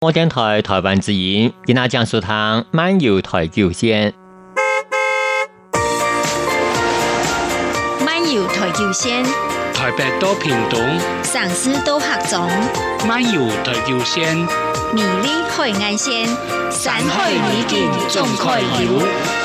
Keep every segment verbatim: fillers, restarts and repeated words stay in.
我电台台湾之音，今仔讲述堂漫游台九线， 漫游台九线， 台北到屏東， 上司到客總， 漫遊台九線， 美麗海岸線，山海美景總可遊。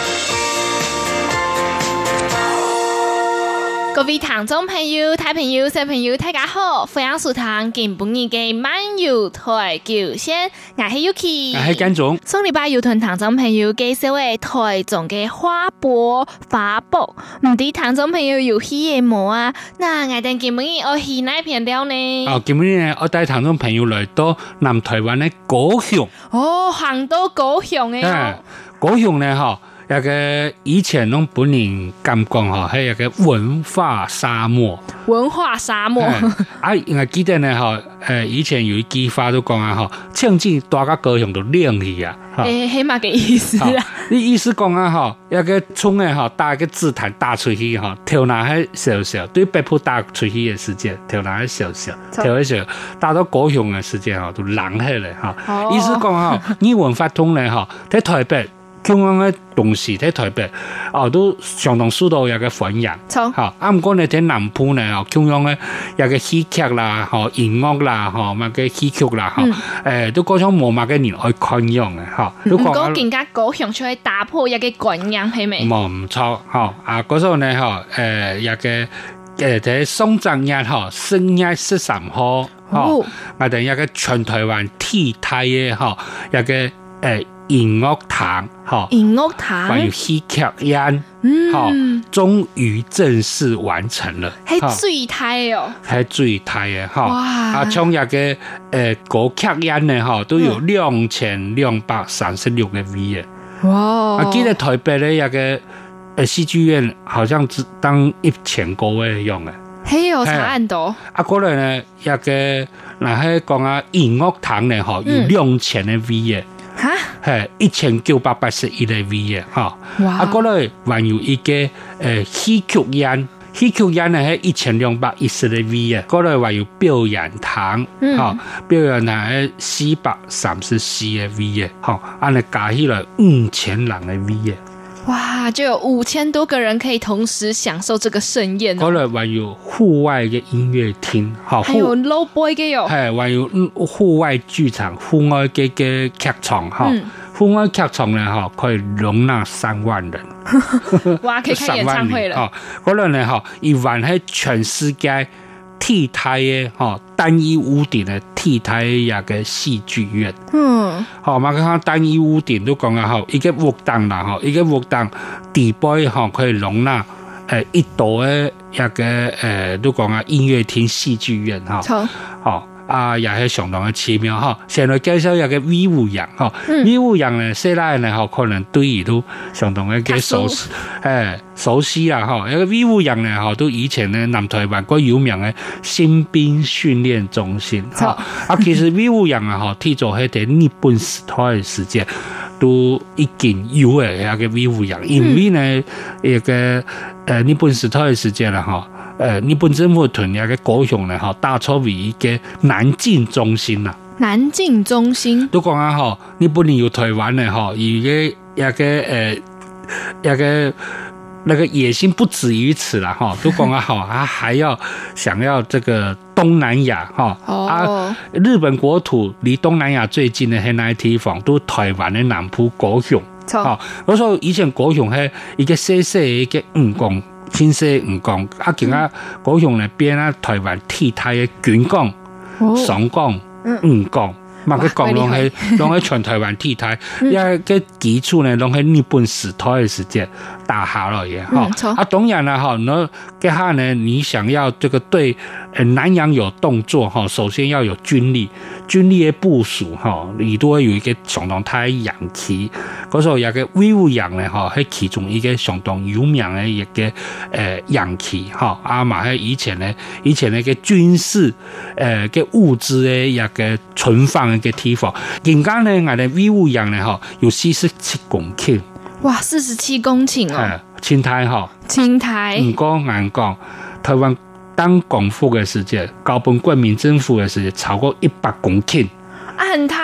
各位聽眾朋友、大朋友、小朋友，大家好，歡迎收聽今晡日嘅漫遊台九線，我係 Yuki， 我係建總。 上禮拜有同聽眾朋友介紹嘅台中嘅花博花博，唔知聽眾朋友有去嘅冇啊？嗱，我哋今晡日我去哪片料呢？ 哦，今晡日我帶聽眾朋友來到南台灣嘅高雄。 哦，行到高雄嘅哦， 高雄呢，嗬。一個以前攏本人咁講嗬，係一個文化沙漠。 文化沙漠。 啊，我記得呢嗬，誒，以前有一句話都講啊嗬，槍戰大家高雄都亮起啊。 誒，係乜嘅意思啊？ 你意思講啊嗬，一個衝嘅嗬，打一個字壇打出去嗬，跳拿係小小，對北部打出去嘅時間，跳拿係小小，跳一小，打到高雄嘅時間嗬，都冷起嚟嚇。哦、意思講啊，語文發通咧嗬，喺台北。香港嘅東西喺台北，哦都相當受到一個歡迎。錯，嚇，啊唔過你喺南部呢，哦香港嘅一個戲劇啦，嗬音樂啦，嗬乜嘅戲劇啦，嗬，誒都嗰種冇乜嘅人去看樣嘅，嚇。 唔過更加高雄出去打破一個觀念係咪？ 冇唔錯，嚇啊嗰時候呢，嗬誒一個誒喺雙十日嗬，正月十三號，嗬，我哋一個全台灣第一台嘅嗬一個誒。音樂堂，哈， 音樂堂， 還有戲劇院，哈，終於正式完成了， 係最大哦， 係最大嘅，哈，啊，從一個誒歌劇院呢，哈，都有兩千兩百三十六個位嘅，哇！啊，記得台北咧一個誒戲劇院，好像只當一千個位用嘅， 係有差很多。 啊，過來呢一個，嗱喺講啊音樂堂呢，哈，有兩千個位嘅。吓，係一千九百八十一個位嘅，吓，啊，嗰度還有一個誒戲劇院，戲劇院呢係一千兩百一十個位嘅，嗰度還有表演堂，吓、嗯，表演堂係四百三十四個位嘅，吓，按你加起來五千人嘅位嘅。 哇，就有五千多個人可以同時享受這個盛宴。 嗰度還有戶外嘅音樂廳，好， 還有 low boy 嘅有，係還有戶外劇場、戶外嘅嘅劇場，哈、嗯，戶外劇場呢，哈，可以容納三萬人。 哇，可以開演唱會了。 嗰度呢，哈，一晚喺全世界替代嘅，哈，單一屋頂嘅替代一個戲劇院。嗯，好，嘛，佢單一屋頂都講啊，好，一個屋頂啦，哈，一個屋頂地背哈可以容納誒一度嘅一個誒都講啊音樂廳戲劇院哈。好，好。啊，也係相當嘅奇妙哈！先來介紹一個魏武營哈，魏武營呢，現在呢，嗬，可能對於都相當嘅嘅熟悉，誒，熟悉啦哈！一個魏武營呢，嗬，都以前呢南台灣個有名嘅新兵訓練中心哈。啊，其實魏武營啊，嗬，聽做喺啲日本時代嘅時間都已經有嘅一個魏武營，因為呢一個誒日本時代嘅時間啦，嗬。誒，日本政府屯一個高雄咧，嗬，打造為一個南進中心啦。 南進中心都講下嗬，日本人有台灣咧，嗬，一個一個誒，一個那個野心不止於此啦，嗬，都講下嗬，啊，還要想要這個東南亞，嗬，哦、啊，日本國土離東南亞最近嘅係哪個地方？都台灣嘅南部高雄。錯，哦，嗰時候以前高雄係一個細細嘅一個五公。天色唔講，啊，而家高雄呢邊啊，台灣替代嘅卷港、雙港、五港，嘛佢講攏係攏係全台灣替代，因為個基礎呢攏係日本時代嘅時間打下來嘅，哈。啊，當然啦，哈，那嘅下呢，你想要這個對誒南洋有動作，哈，首先要有軍力，軍力嘅部署，哈，你都會有一個相當大嘅洋氣。嗰時候有個魏武營咧，哈，係其中一個相當有名嘅一個誒洋氣，哈，啊嘛係以前咧，以前咧嘅軍事誒嘅物資嘅一個存放嘅地方。而家咧，我哋魏武營咧，哈，有四十七公頃。 哇，四十七公頃哦！ 青苔哈， 青苔。唔講硬講，台灣當光復嘅時間，高雄國民政府嘅時間超過一百公頃。 啊，很大哦！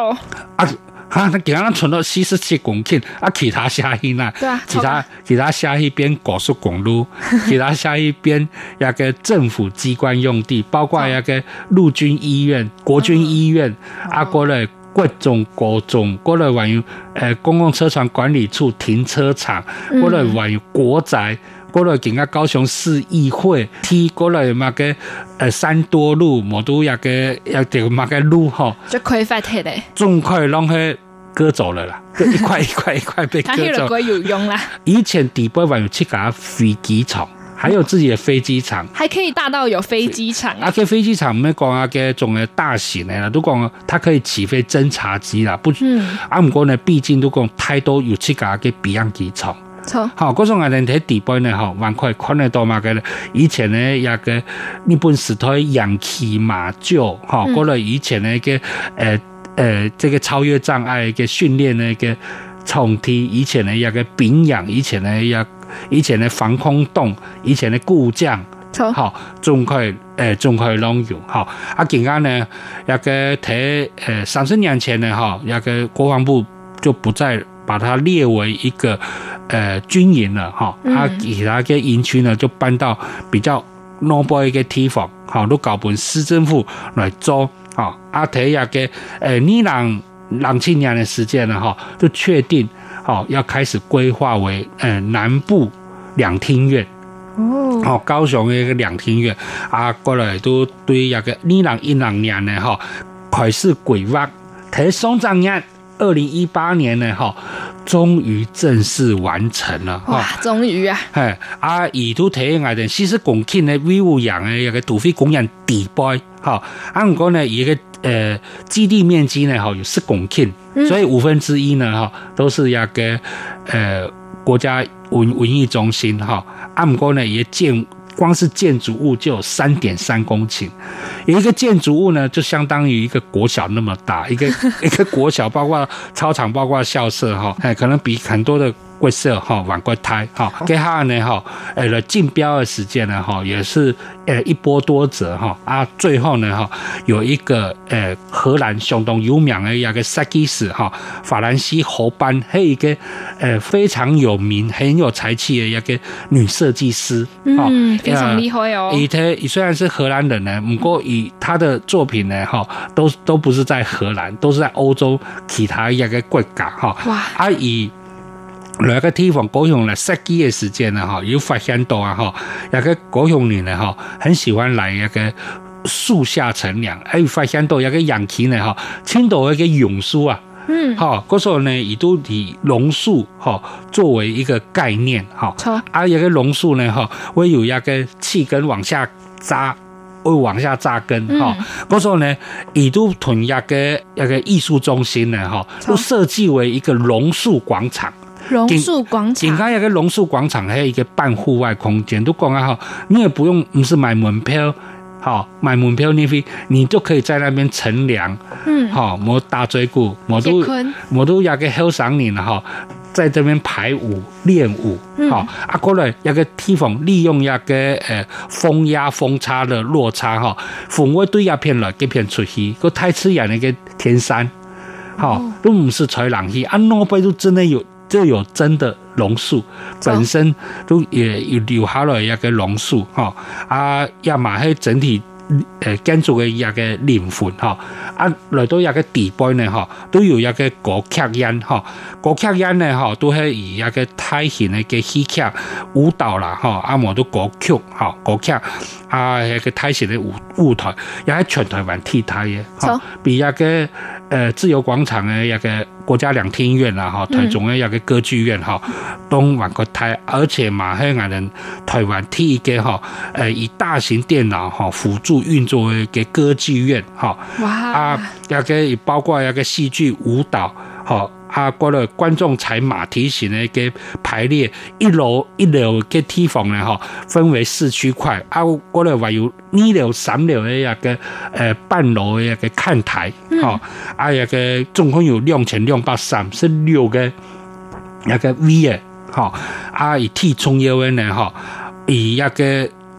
哦。 啊。哈，那给他存了四十七公顷，啊，其他下去呢？ 对啊， 其他其他下一边高速公路，其他下一边那个政府机关用地，包括那个陆军医院、国军医院，嗯、啊，过来各种高中，过来还有呃公共车船管理处停车场，过来还有国宅。过来見個高雄市議會，踢過來嘛個呃三多路，摩都一個一條嘛個路吼， 就開發起來， 總塊攏去割走了啦，一塊一塊一塊被割走。它那個有用啦。 以前底部還有七家飛機場，還有自己的飛機場， 還可以大到有飛機場啊！ 啊，個飛機場咩講啊？個種嘅大型嘅啦，都講它可以起飛偵察機啦，不，嗯，啊唔過呢，畢竟都講太多有七家嘅比樣機場。好，嗰種我哋睇地標呢，吼，還可以看得到嘛嘅。以前呢，有個日本時代氧氣馬厩，吼，嗰類以前呢個誒誒，這個超越障礙嘅訓練呢個場地，以前呢有個丙氧，以前呢有以前的防空洞，以前的固降，好，仲可以誒，仲可以攏用，好。啊，而家呢，有個睇誒三十年前呢，哈，有個國防部就不再把它列為一個。呃，軍營了哈，啊，其他嘅營區呢就搬到比較內部嘅地方，好，都搞本市政府來做，好，啊，睇下嘅呃，呢兩兩千年的時間呢，哈，就確定，好，要開始規劃為呃南部兩廳院，哦，好，高雄嘅一個兩廳院，啊，過來都對下嘅呢兩一兩年呢，哈，開始規劃，睇上張日二零一八年呢，哈。終於正式完成了， 哇！終於啊！ 係啊，而都睇下哋四十公頃嘅威武洋嘅一個土肥公園地標，哈！啊，唔過呢，一個呃基地面積呢，哈有十公頃，所以五分之一呢，哈都是一個呃國家文文藝中心，哈！啊，唔過呢，也建光是建築物就有三點三公頃，有一個建築物呢，就相當於一個國小那麼大，一個一個國小，包括操場，包括校舍，哈，哎，可能比很多的國小哈晚過胎，哈，給他呢，哈，呃，競標的時間呢，哈，也是呃一波多折，哈，啊，最後呢，哈，有一個呃荷蘭相當有名的一個設計師，哈，法蘭西侯班，還有一個呃非常有名、很有才氣的一個女設計師， 嗯，非常厲害哦。 以他雖然是荷蘭人呢，不過以他的作品呢，哈，都都不是在荷蘭，都是在歐洲其他一個國家，哈，哇，啊以。來個地方高雄來設計的時間呢，哈，有發現到啊，哈，有個高雄人呢，哈，很喜歡來一個樹下乘涼，還有發現到有個氧氣呢，哈，青島一個榕樹啊，嗯，好，嗰時候呢，亦都以榕樹哈作為一個概念，哈，啊，有個榕樹呢，哈，會有一個氣根往下扎，會往下扎根，哈，嗰時候呢，亦都同一個一個藝術中心呢，哈，都設計為一個榕樹廣場。 榕樹廣場， 而家有個榕樹廣場，還有一個半戶外空間，都講啊哈，你也不用，不是買門票，好買門票那邊，你就可以在那邊乘涼，嗯，好，冇打嘴鼓，冇都冇都有個後生人哈，在這邊排舞練舞，好，啊過來有個地方利用一個誒風壓風差的落差哈，風會對一片來一片出去，個太刺眼那個天山，好，都唔是吹冷氣，啊那邊都真的有。就有真的榕樹，本身都也有留下來一個榕樹，哈啊，也嘛係整體誒建築嘅一個靈魂，哈啊，來到一個地標呢，哈都有一個國劇院，哈國劇院呢，哈都係以一個大型嘅嘅戲劇舞蹈啦，哈啊，冇到國劇，哈國劇啊一個大型嘅舞舞台，也係全台灣替代嘅，哈比一個誒自由廣場嘅一個。國家兩廳院啦，哈，台中嘅有個歌劇院，哈，東灣國台，而且馬香港人台灣第一個哈，誒以大型電腦哈輔助運作嘅歌劇院，哈，哇，啊，有個包括有個戲劇舞蹈，哈，啊，嗰個觀眾踩馬蹄形嘅嘅排列，一樓一樓嘅地方咧，哈，分為四區塊，啊，嗰個還有二樓三樓嘅一個誒半樓嘅一個看台，哈，啊，有個總共有兩千兩百三十六個一個 V 嘅，哈，啊，以體重要嘅呢，哈，以一個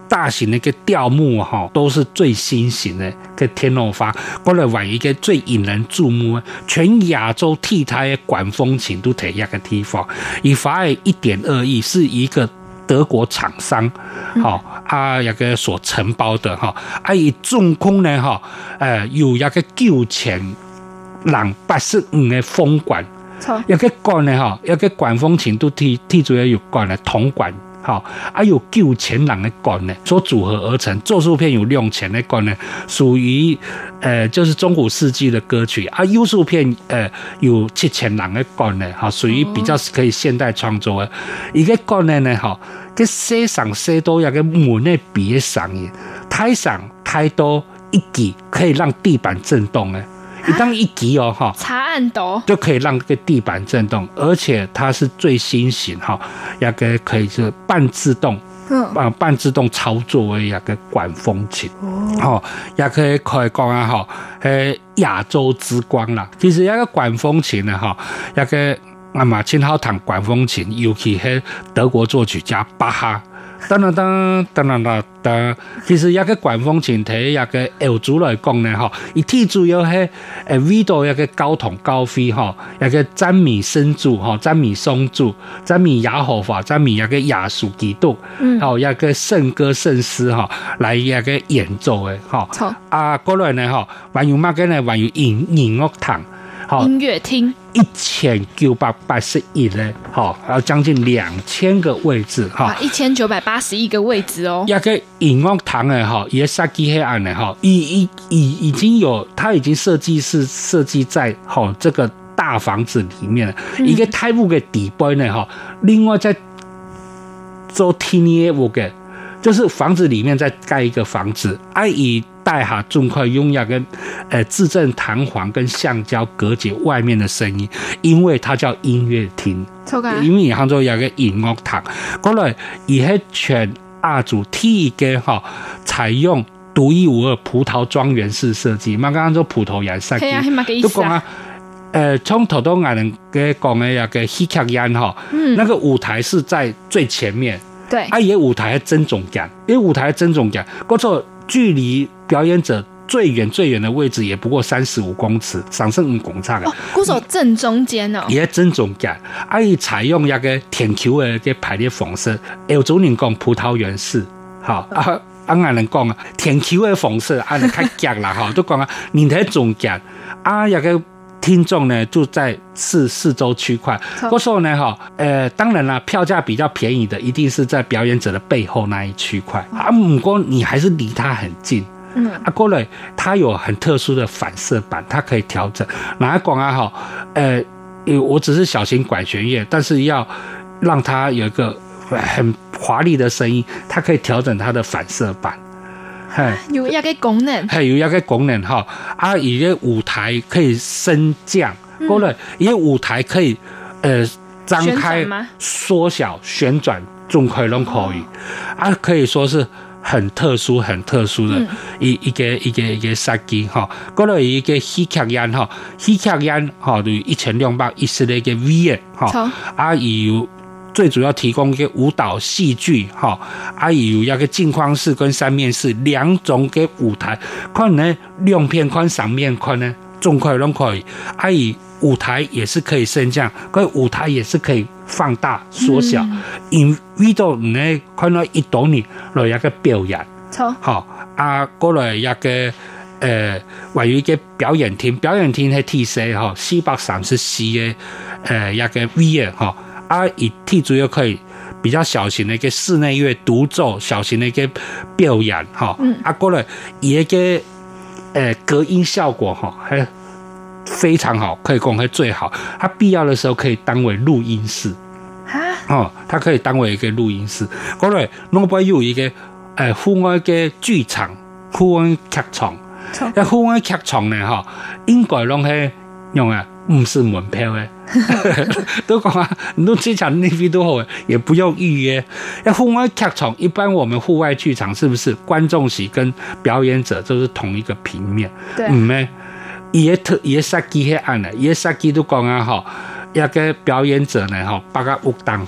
大型的一個吊幕哈，都是最新型的個天后花，過來玩一個最引人注目，全亞洲替代的管風琴都喺一個地方，而花嘅一點二億是一個德國廠商，好、嗯、啊，一個所承包的哈，啊，以總共呢哈，誒有一個九千人八十五個風管，一個管呢哈，一個管風琴都替替主要有管的銅管。好，啊有九千人的管呢，所組合而成。奏速片有兩千的管呢，屬於呃就是中古世紀的歌曲。啊，優速片呃有七千人的管呢，哈，屬於比較可以現代創作的。一個管呢呢，哈，佢寫上寫到一個門的比的聲音，太上太多一級可以讓地板震動的。一當一級哦，哈， 查案多就可以讓個地板震動，而且它是最新型哈，一個可以是半自動，嗯，半自動操作的一個管風琴，哦，也可以可以講啊，哈，係亞洲之光啦。其實一個管風琴呢，哈，一個阿馬青號彈管風琴，尤其係德國作曲家巴哈。當然當當然啦，當其實一個管風琴睇一個歐洲來講呢，哈，伊最主要係誒為到一個高筒高飛哈，一個讚美聖主哈，讚美松主，讚美亞和華，讚美一個亞述基督，嗯，好一個聖歌聖詩哈，來一個演奏嘅哈，啊，過來呢哈，還有乜嘅呢？還有音音樂堂。 音樂廳一千九百八十一呢，好，然後將近兩千個位置，哈， 一千九百八十一個位置哦。 一個音樂堂誒，哈，也設計黑暗誒，哈，已已已已經有，它已經設計是設計在好這個大房子裡面了，一個太屋嘅底部呢，哈，另外再做天野屋嘅，就是房子裡面再蓋一個房子，而以帶下盡快用一個呃自正彈簧跟橡膠隔絕外面的聲音，因為它叫音樂廳，因為杭州有一個音樂堂。過來以係全亞洲第一個哈採用獨一無二葡萄莊園式設計，嘛剛剛做葡萄園設計，都講啊，呃從頭到尾人嘅講嘅一個戲劇院哈，那個舞台是在最前面， 對， 啊也舞台係正中間，因為舞台係正中間，嗰個距離表演者最遠最遠的位置也不過三十五公尺，上剩五公尺嘅。哦， 鼓手正中間哦。 也正中間，啊，伊採用一個天球嘅嘅排列方式，歐洲人講葡萄園式，哈啊，啊俺人講啊天球嘅方式，啊你較夾啦，哈，都講啊，你喺中間，啊一個聽眾呢就在四四周區塊，嗰時候呢，哈，呃，當然啦，票價比較便宜的，一定是在表演者的背後那一區塊，啊，不過你還是離他很近。嗯，啊，過來，它有很特殊的反射板，它可以調整。哪講啊？哈，呃，我只是小型管弦樂，但是要讓它有一個很華麗的聲音，它可以調整它的反射板。 有一個功能， 係有一個功能哈。啊，一個舞台可以升降，過來，一個舞台可以呃張開、縮小、旋轉，總可以攏可以。啊，可以說是。很特殊、很特殊的一一個一個一個設計哈，嗰度一個戲劇院哈，戲劇院哈就一千兩百一十的一個 V 哈，啊有最主要提供一個舞蹈戲劇哈，啊有一個鏡框式跟三面式兩種嘅舞台，可能兩片寬、三面寬呢，總可以攏可以，啊以舞台也是可以升降，個舞台也是可以放大縮小，因為到你呢看到一多年來一個表演，好啊，過來一個呃，還有一個表演廳，表演廳係 T C 哈，四百三十四嘅呃一個 V 哈，啊以 T 主要可以比較小型的一個室內樂獨奏，小型的一個表演哈，啊過來一個呃隔音效果哈，還非常好，可以講係最好。它必要的時候可以當為錄音室，哦，它可以當為一個錄音室。過來，我不有一個誒戶外嘅劇場、戶外劇場。誒戶外劇場呢，哈，應該攏係用啊，唔是門票嘅。都講啊，你都劇場那邊都好，也不用預約。誒戶外劇場，一般我們戶外劇場是不是觀眾席跟表演者都是同一個平面？對，唔咩？伊個特伊個設計係按嘅，伊個設計都講啊，吼，一個表演者呢，吼，八個有燈光，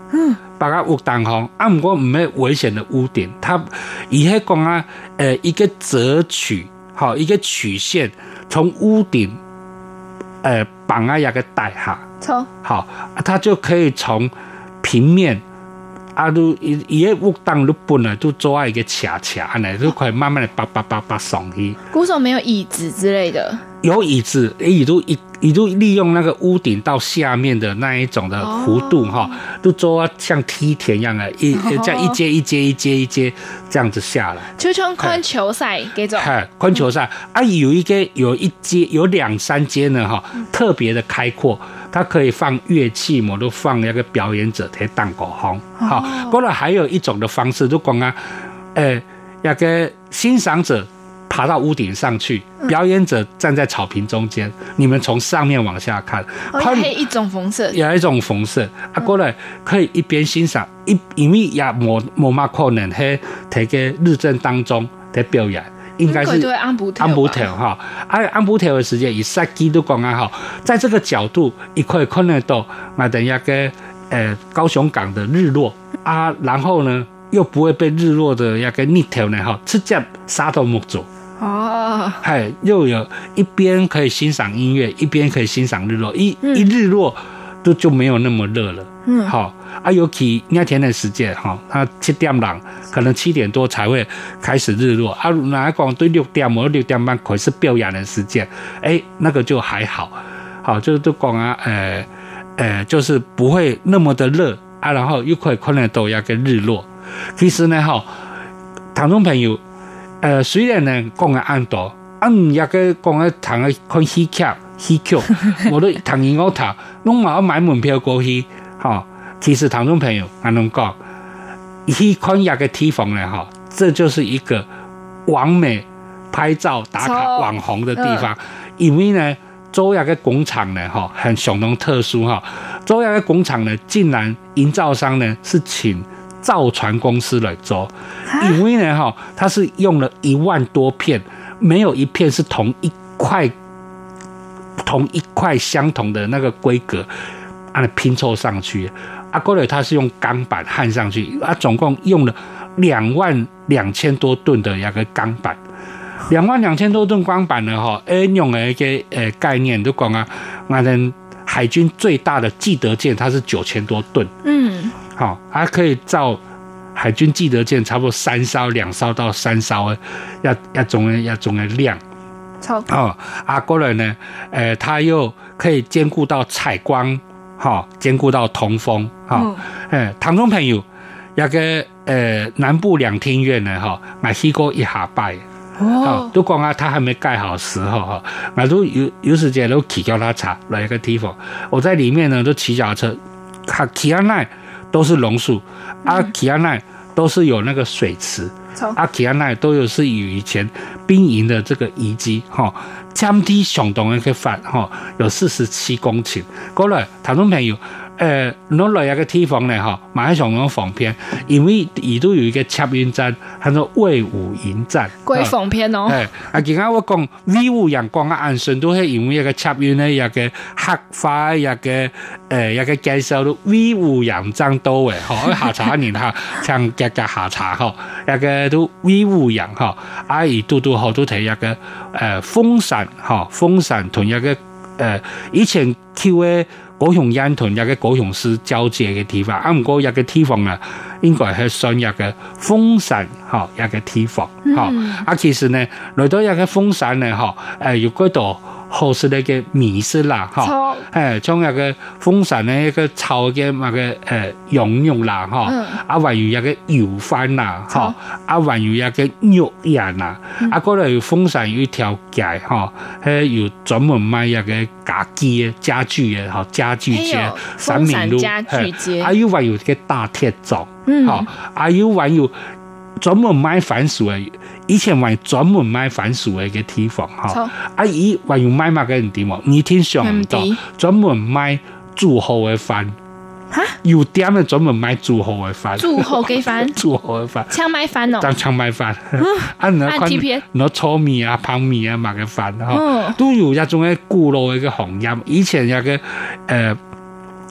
嗯， 把它屋顶吼，啊，不过唔係危險的屋頂，它伊係講啊，呃，一個折曲，好，一個曲線從屋頂，呃，綁啊一個帶下， 錯， 好，它就可以從平面。啊，都伊伊個屋頂都本來都做啊一個斜斜呢，就可以慢慢的叭叭叭叭上去。 為什麼沒有椅子之類的？有椅子，也都一也都利用那個屋頂到下面的那一種的弧度哈、哦，都做啊像梯田一樣的，一這樣一階一階一階一階這樣子下來， 就像看球賽嗰種。 係看球賽啊，有一個有一階有兩三階呢哈，特別的開闊。它可以放樂器嘛，都放那個表演者喺當個紅，好，過來還有一種的方式，就講啊，誒，那個欣賞者爬到屋頂上去，表演者站在草坪中間，你們從上面往下看， 可以一種風色， 有一種風色，啊，過來可以一邊欣賞，一因為也冇冇乜可能喺喺個日正當中喺表演。應該是安布安布條哈，啊安布條的時間以設計都講啊哈，在這個角度，你可以看得到我等一個呃高雄港的日落啊，然後呢又不會被日落的一個逆條呢哈，直接殺到木組哦， 係又有一邊可以欣賞音樂，一邊可以欣賞日落，一、嗯、一日落都就沒有那麼熱了，嗯，好啊，尤其那天的時間哈，它七點朗，可能七點多才會開始日落啊。哪講對六點或六點半可是表演的時間，哎，那個就還好，好就都講啊，呃呃，就是不會那麼的熱啊，然後又可以看得到一個日落。其實呢，哈，聽眾朋友，呃，雖然呢講嘅按多，嗯，一個講嘅談嘅看戲劇。戲曲，我都談音樂台，攏冇買門票過去，哈。其實聽眾朋友，我攏講，去看一個地方呢，哈，這就是一個完美拍照打卡網紅的地方。因為呢，做一個工廠呢，哈，很相當特殊哈。做一個工廠呢，竟然營造商呢是請造船公司來做，因為呢，哈，它是用了一萬多片，沒有一片是同一塊。同一塊相同的那個規格，啊，拼湊上去，啊，過來它是用鋼板焊上去，啊，總共用了兩萬兩千多噸的一個鋼板，兩萬兩千多噸鋼板呢，哈，誒，用了一個呃概念都講啊，我們海軍最大的濟德艦它是九千多噸，嗯，好，還可以造海軍濟德艦差不多三艘、兩艘到三艘的，要要種的要種的量。哦，啊，過來呢，呃，它又可以兼顧到採光，哈、哦，兼顧到通風，哈、哦，誒、嗯，聽眾朋友，一個呃南部兩廳院呢，哈、哦，我去過一下拜，哦，哦都講啊，它還沒蓋好時候，哈、哦，我都有有時間都騎腳踏車來一個地方，我在裡面呢都騎腳踏車，它騎下來都是榕樹，啊，騎下來都是有那個水池。啊，其他那都有是以前兵營的這個遺跡，哈，佔地相當的個範，哈，有四十七公頃。過來，聽眾朋友，呃，攞來一個地方呢，哈，馬上相當方便，因為伊都有一個客運站，叫做衛武營站， 貴方便哦。誒， 啊，今日我講衛武陽光啊，安順都係因為一個客運的一個客化一個呃一個介紹到衛武陽站到嘅，哈，下查年哈，像格格下查哈，一個都衛武陽哈，啊，伊都都好多睇一個呃鳳山哈，鳳山同一個呃以前 Q 嘅。高雄縣同一個高雄市交界嘅地方，啊唔過一個地方啊，應該係算一個鳳山嚇一個地方嚇。嗯、啊其實呢，來到一個鳳山呢嚇，誒有嗰度好食嘅嘅米食啦嚇，誒從一個鳳山呢一個炒嘅乜嘅誒羊肉啦嚇，嗯、啊還有一個油飯啦嚇，啊還有一個肉眼啦，嗯、啊嗰度鳳山有一條街嚇，係有專門賣一個家具嘅家具嘅嚇。家具街、三民路，還有還有個大鐵莊，嗯，好，還有還有專門賣番薯嘅，以前還專門賣番薯嘅個地方，哈，啊伊還有賣乜嘅地方？你聽想唔到，專門賣煮好嘅飯，哈，有店嘅專門賣煮好嘅飯， 煮好嘅飯， 煮好嘅飯， 薑米飯哦， 當薑米飯，啊，你看，你炒米啊、泡米啊，乜嘅飯，哈，都有一種嘅古老嘅個行業，以前有個誒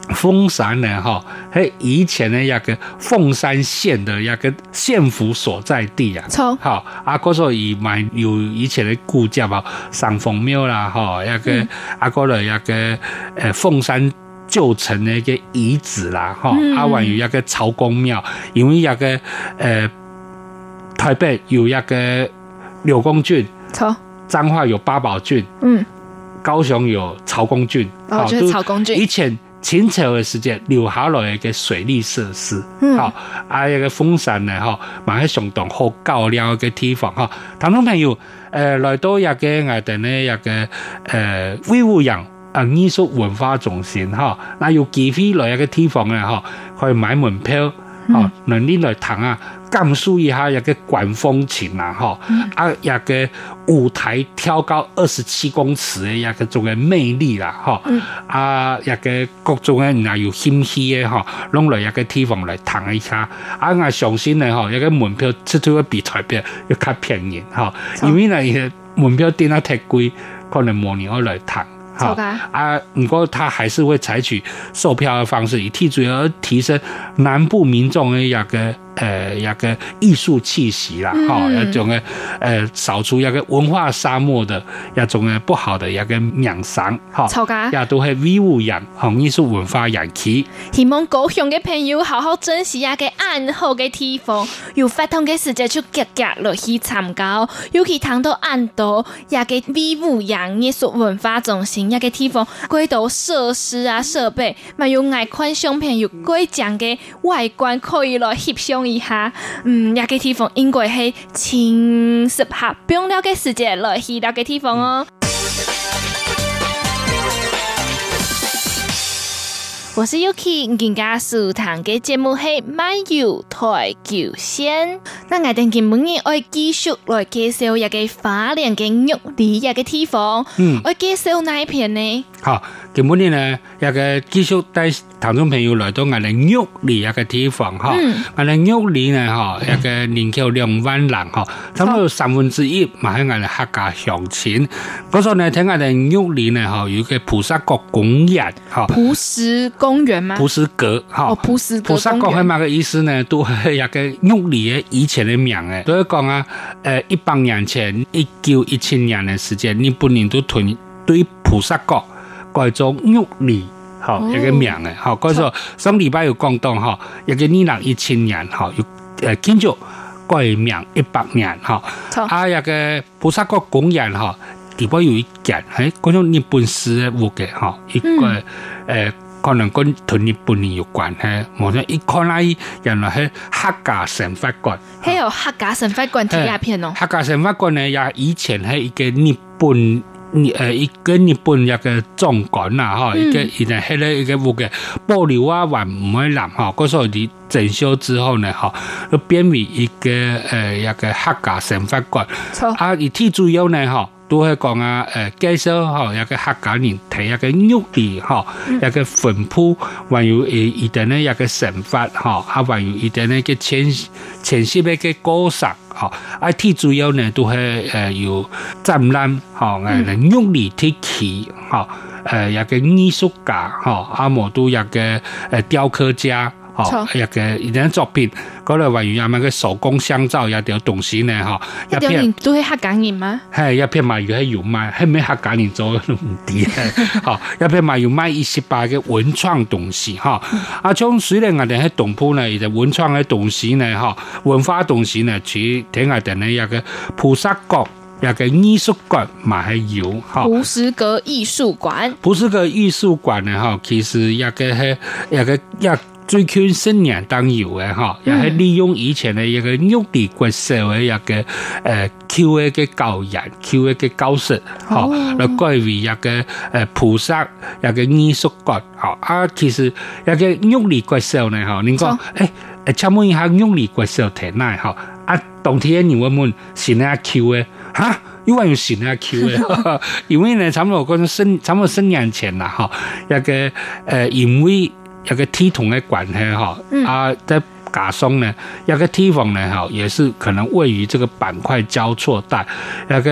鳳山呢，哈，喺以前呢一個鳳山縣的一個縣府所在地啊。 錯。 好，啊，嗰時以埋有以前的古蹟啊，上鳳廟啦，哈，一個、嗯、啊，嗰度一個誒鳳山舊城的一個遺址啦，哈、嗯，啊，還有一個曹公廟，因為一個誒、呃、台北有一個柳公圳，錯，彰化有八寶圳，嗯，高雄有曹公圳， 哦，就是曹公圳， 以前。清朝的時間留下來一個水利設施，嗯，好，啊一個鳳山呢，哈，蠻係相當好高亮一個地方，哈。聽眾朋友，誒來到一個我哋呢一個誒魏武營啊藝術文化中心，哈，那有機會來一個地方呢，哈，可以買門票，哦，能你來睇啊。感受一下一個管風琴啊，哈、嗯，啊一個舞台挑高二十七公尺的一個種嘅魅力啦，哈、嗯，啊一個各種嘅嗱有興趣嘅哈，攞來一個地方來談一下，啊我相信呢，哈，一個門票出到會比台北要較便宜，哈，因為呢門票訂得太貴，可能冇人要來談。好啊，不過他還是會採取售票的方式，以替主要提升南部民眾的一個呃一個藝術氣息啦，哈、嗯，一種嘅呃掃除一個文化沙漠的一種嘅不好的一個名聲，哈，也都係維護人同藝術文化人氣。 希望高雄嘅朋友好好珍惜一個暗號嘅地方，有發通嘅時間就積極落去參加，尤其談到暗道一個維護人藝術文化中心。一個地方，幾多設施啊設備，咪有外觀相片，有幾張嘅外觀可以來翕相一下。嗯，一個地方應該係清適合，不用了解時間來去了解地方哦。我是 Yuki， 今家收聽嘅節目係漫遊台九線。那我哋今日愛繼續來介紹一個花蓮嘅玉里一個地方。嗯，愛介紹哪一片呢？ 好，今日呢一個繼續帶聽眾朋友來到我哋玉里一個地方哈。嗯，我哋玉里呢哈一個人口兩萬人哈，差唔多有三分之一嘛喺我哋客家鄉親。嗰時候呢聽我哋玉里呢哈有一個菩薩閣公園哈。 菩薩公園嗎？ 菩薩閣哈。哦， 菩薩閣。 菩薩閣係乜嘅意思呢？都係一個玉里嘅以前嘅名誒，都係講啊，誒一百年前一九一七年嘅時間，日本人都屯對菩薩閣改做玉里，好、哦、一個名誒，好嗰時候上禮拜有講到哈，一個二零一七年哈，有誒建築改名一百年哈，啊一個菩薩閣公園哈，地方有一間喺嗰種日本史嘅屋嘅哈，一個誒。嗯可能跟同日本人有關係，冇錯。一看嚟，原來係客家神法館。 係有客家神法館睇下片咯。 客家神法館呢，也以前係一個日本，誒一個日本一個總館啦，哈、嗯，一個現在係咧一個屋嘅保留啊，還唔可以冧哈。嗰時候你整修之後呢，哈，就變為一個誒一個客家神法館。錯。啊，而最主要呢，哈。都係講啊，誒介紹嗬，一個客家人睇一個玉里嗬，一個墳鋪，還有誒一啲呢一個神法嗬，啊還有一啲呢嘅前前些嘅嘅歌聲嗬，啊最主要呢都係誒有展覽嗬，誒玉里鐵器嗬，誒一個藝術家嗬，啊冇都一個誒雕刻家。哦，一個一啲作品，嗰度話有乜嘅手工香皂一條東西呢？哈， 一片都係客家人嗎？ 係一片賣有係有賣，係咪客家人做唔啲？好，一片賣有賣一十八嘅文創東西，哈。啊，從雖然我哋喺東鋪呢，就文創嘅東西呢，哈，文化東西呢，去睇我哋呢一個菩薩閣一個藝術館嘛係有，哈。 菩薩閣藝術館， 菩薩閣藝術館呢，哈，其實一個係一個一。最近十年當有嘅哈，又係利用以前嘅一個玉里國小嘅一個誒 Q A 嘅教研 Q A 嘅教室，哈，嚟改為一個誒菩薩一個藝術館，哈啊，其實一個玉里國小呢，哈，你講誒誒，請問一下玉里國小喺哪？哈啊，當天你問問是哪 Q A？哈，又話有是哪 Q A？因為呢，差唔多嗰種十差唔多十年前啦，哈，一個誒因為。一個體統的關係哈，啊，在加上呢，一個地方呢哈，也是可能位於這個板塊交錯帶，一個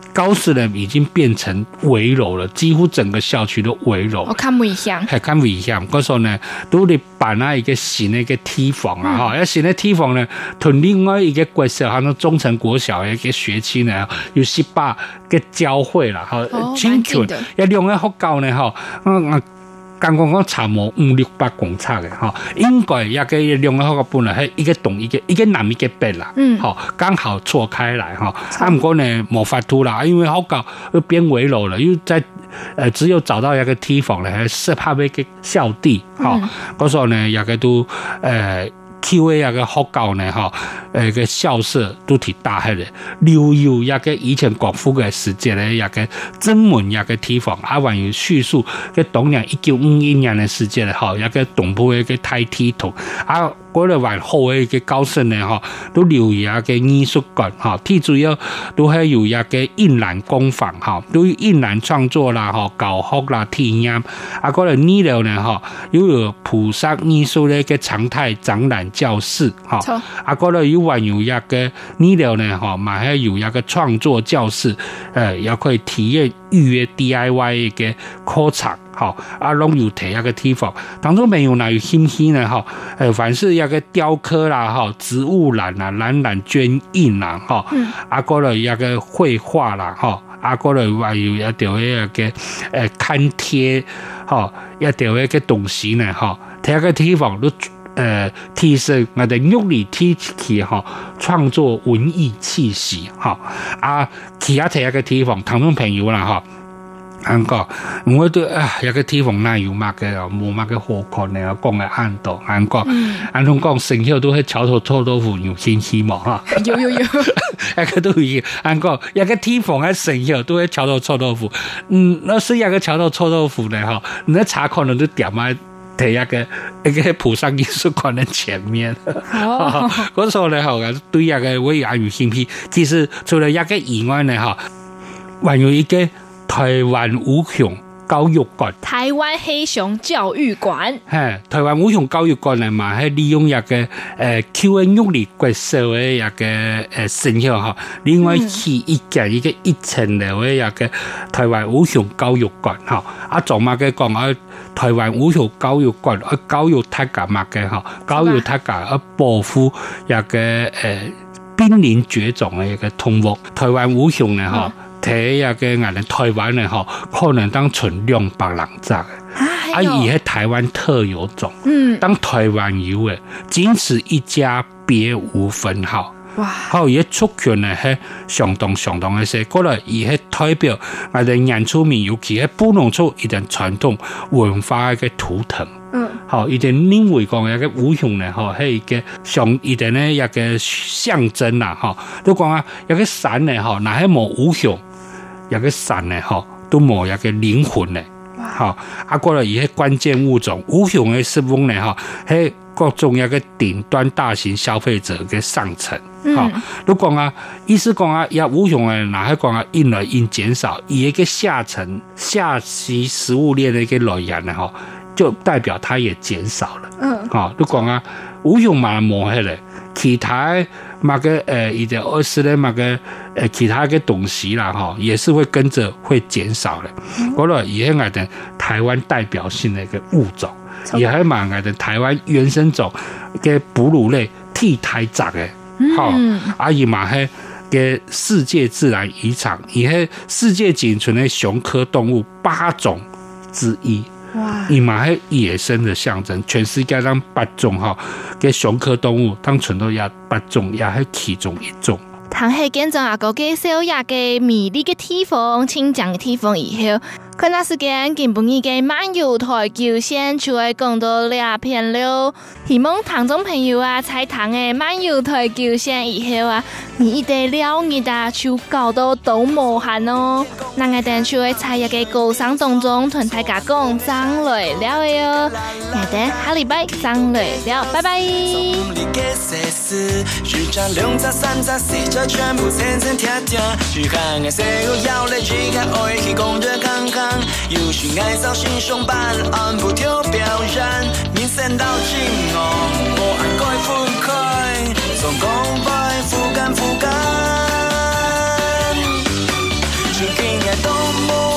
高士呢已经变成危楼了，几乎整个校区都危楼。 我看危险， 係咁危險。嗰時候呢，都嚟辦啊一個新的一個梯房啊，哈、嗯！一新的梯房呢，同另外一個國小，可能中誠國小嘅一個學區呢，有十八個交匯啦，哈、哦，清楚。一兩個學校呢，哈，嗯。剛剛講差冇五六百公尺嘅，哈，應該也個兩個學校本來係一個東一個一個南一個北啦，嗯，好，剛好錯開來哈。啊，唔過呢冇法度啦，因為學校又變危樓了，又在呃只有找到一個梯房咧，係適合一個校地，哈、嗯。嗰時候呢，也個都呃。Q A 一個學校呢，哈，誒個校舍都挺大嘅，留有一個以前國父嘅時節咧，一個正門一個地方，啊還有敘述嘅當年一九五一年嘅時節咧，哈，一個東部嘅一個大梯圖，啊，嗰個還好嘅一個高升咧，哈，都留有一個藝術館，哈，最主要都係有一個印蘭工坊，哈，對於印蘭創作啦，哈，教學啦，體驗，啊，嗰個二樓呢，哈，又有菩薩藝術嘅一個常態展覽教室，哈，啊，嗰度有還有一個二樓呢，哈，咪係有一個創作教室，誒，也可以體驗預約 D I Y 一個課程，哈，啊，攏有提一個地方，當中沒有哪有興趣呢，哈，誒，凡是一個雕刻啦，哈，植物染啦，染染絹印啦，哈，啊，嗰度一個繪畫啦，哈，啊，嗰度還有一條一個誒刊貼，哈，一條一個東西呢，哈，睇一個地方都。呃，提升我哋玉里地區哈，創作文藝氣息哈啊，其他睇一個地方，聽眾朋友啦哈，安個我都啊一個地方哪有乜嘅，冇乜嘅好看呢，講嘅安度，安個，安同講成日都係炒頭臭豆腐有興趣嘛哈， 有有有， 一個都有，安個一個地方喺成日都係炒頭臭豆腐，嗯，那是一個炒頭臭豆腐呢哈，你查可能都點啊。喺一個一個菩薩藝術館的前面，嗰、oh. 時候呢，哈，對一個我也有興趣。其實除了一個以外呢，哈，還有一個台灣武雄教育館。 台灣黑熊教育館， 係台灣武雄教育館呢嘛，係利用一個誒 Q N 玉里國小嘅一個誒成效哈，另外起一間一個一層樓嘅一個台灣武雄教育館哈，啊，做乜嘅講啊？台灣武雄教育館啊，教育大家嘛嘅哈，教育大家啊，保護一個誒瀕臨絕種嘅一個動物。台灣武雄呢哈，睇一個人哋台灣呢哈，可能當存兩百人隻嘅，啊，而係台灣特有種，嗯，當台灣有嘅，僅此一家，別無分號。哇！好，而出權呢係相當相當嘅些，過來而係代表我哋原住民，尤其係布農族一啲傳統文化嘅圖騰。嗯，好，一啲認為講一個武雄呢，嗬係一個上一啲呢一個象徵啦，嗬都講啊，一個山呢，嗬嗱係冇武雄，一個山呢，嗬都冇一個靈魂呢。好，啊過來而係關鍵物種，武雄嘅食物呢，嗬係各種一個頂端大型消費者嘅上層。好，都講啊，意思講啊，要武雄誒，哪係講啊，因來因減少，而一個下層下級食物鏈嘅一個來源呢，嗬，就代表它也減少了。嗯，好，都講啊，武雄嘛冇係咧，其他乜嘅誒，一啲二十咧乜嘅誒，其他嘅東西啦，嗬，也是會跟着會減少咧。嗰個也係我哋台灣代表性嘅一個物種，也係嘛我哋台灣原生種嘅哺乳類替胎雜嘅。好，阿姨嘛係嘅世界自然遺產，而係世界僅存的熊科動物八種之一。哇！而嘛係野生的象徵，全世界當八種哈嘅熊科動物當存到也八種，也係其中一種。 唐係見咗阿個介紹一個美麗嘅地方、清靜嘅地方以後，看那時間根本已經漫遊台九線就會講到兩片了。希望聽眾朋友啊，在聽嘅漫遊台九線以後啊，你一定了解的就搞到都無限哦。那我哋就會在一個高山當中同大家講張來了喲，我哋下禮拜張來了，拜拜。 全部層層貼貼，去看看誰又要來去看愛去公熱康康，有心愛造型上班，按部跳表燃，明顯到盡哦，我按該覆蓋，總共會覆蓋覆蓋。 动物。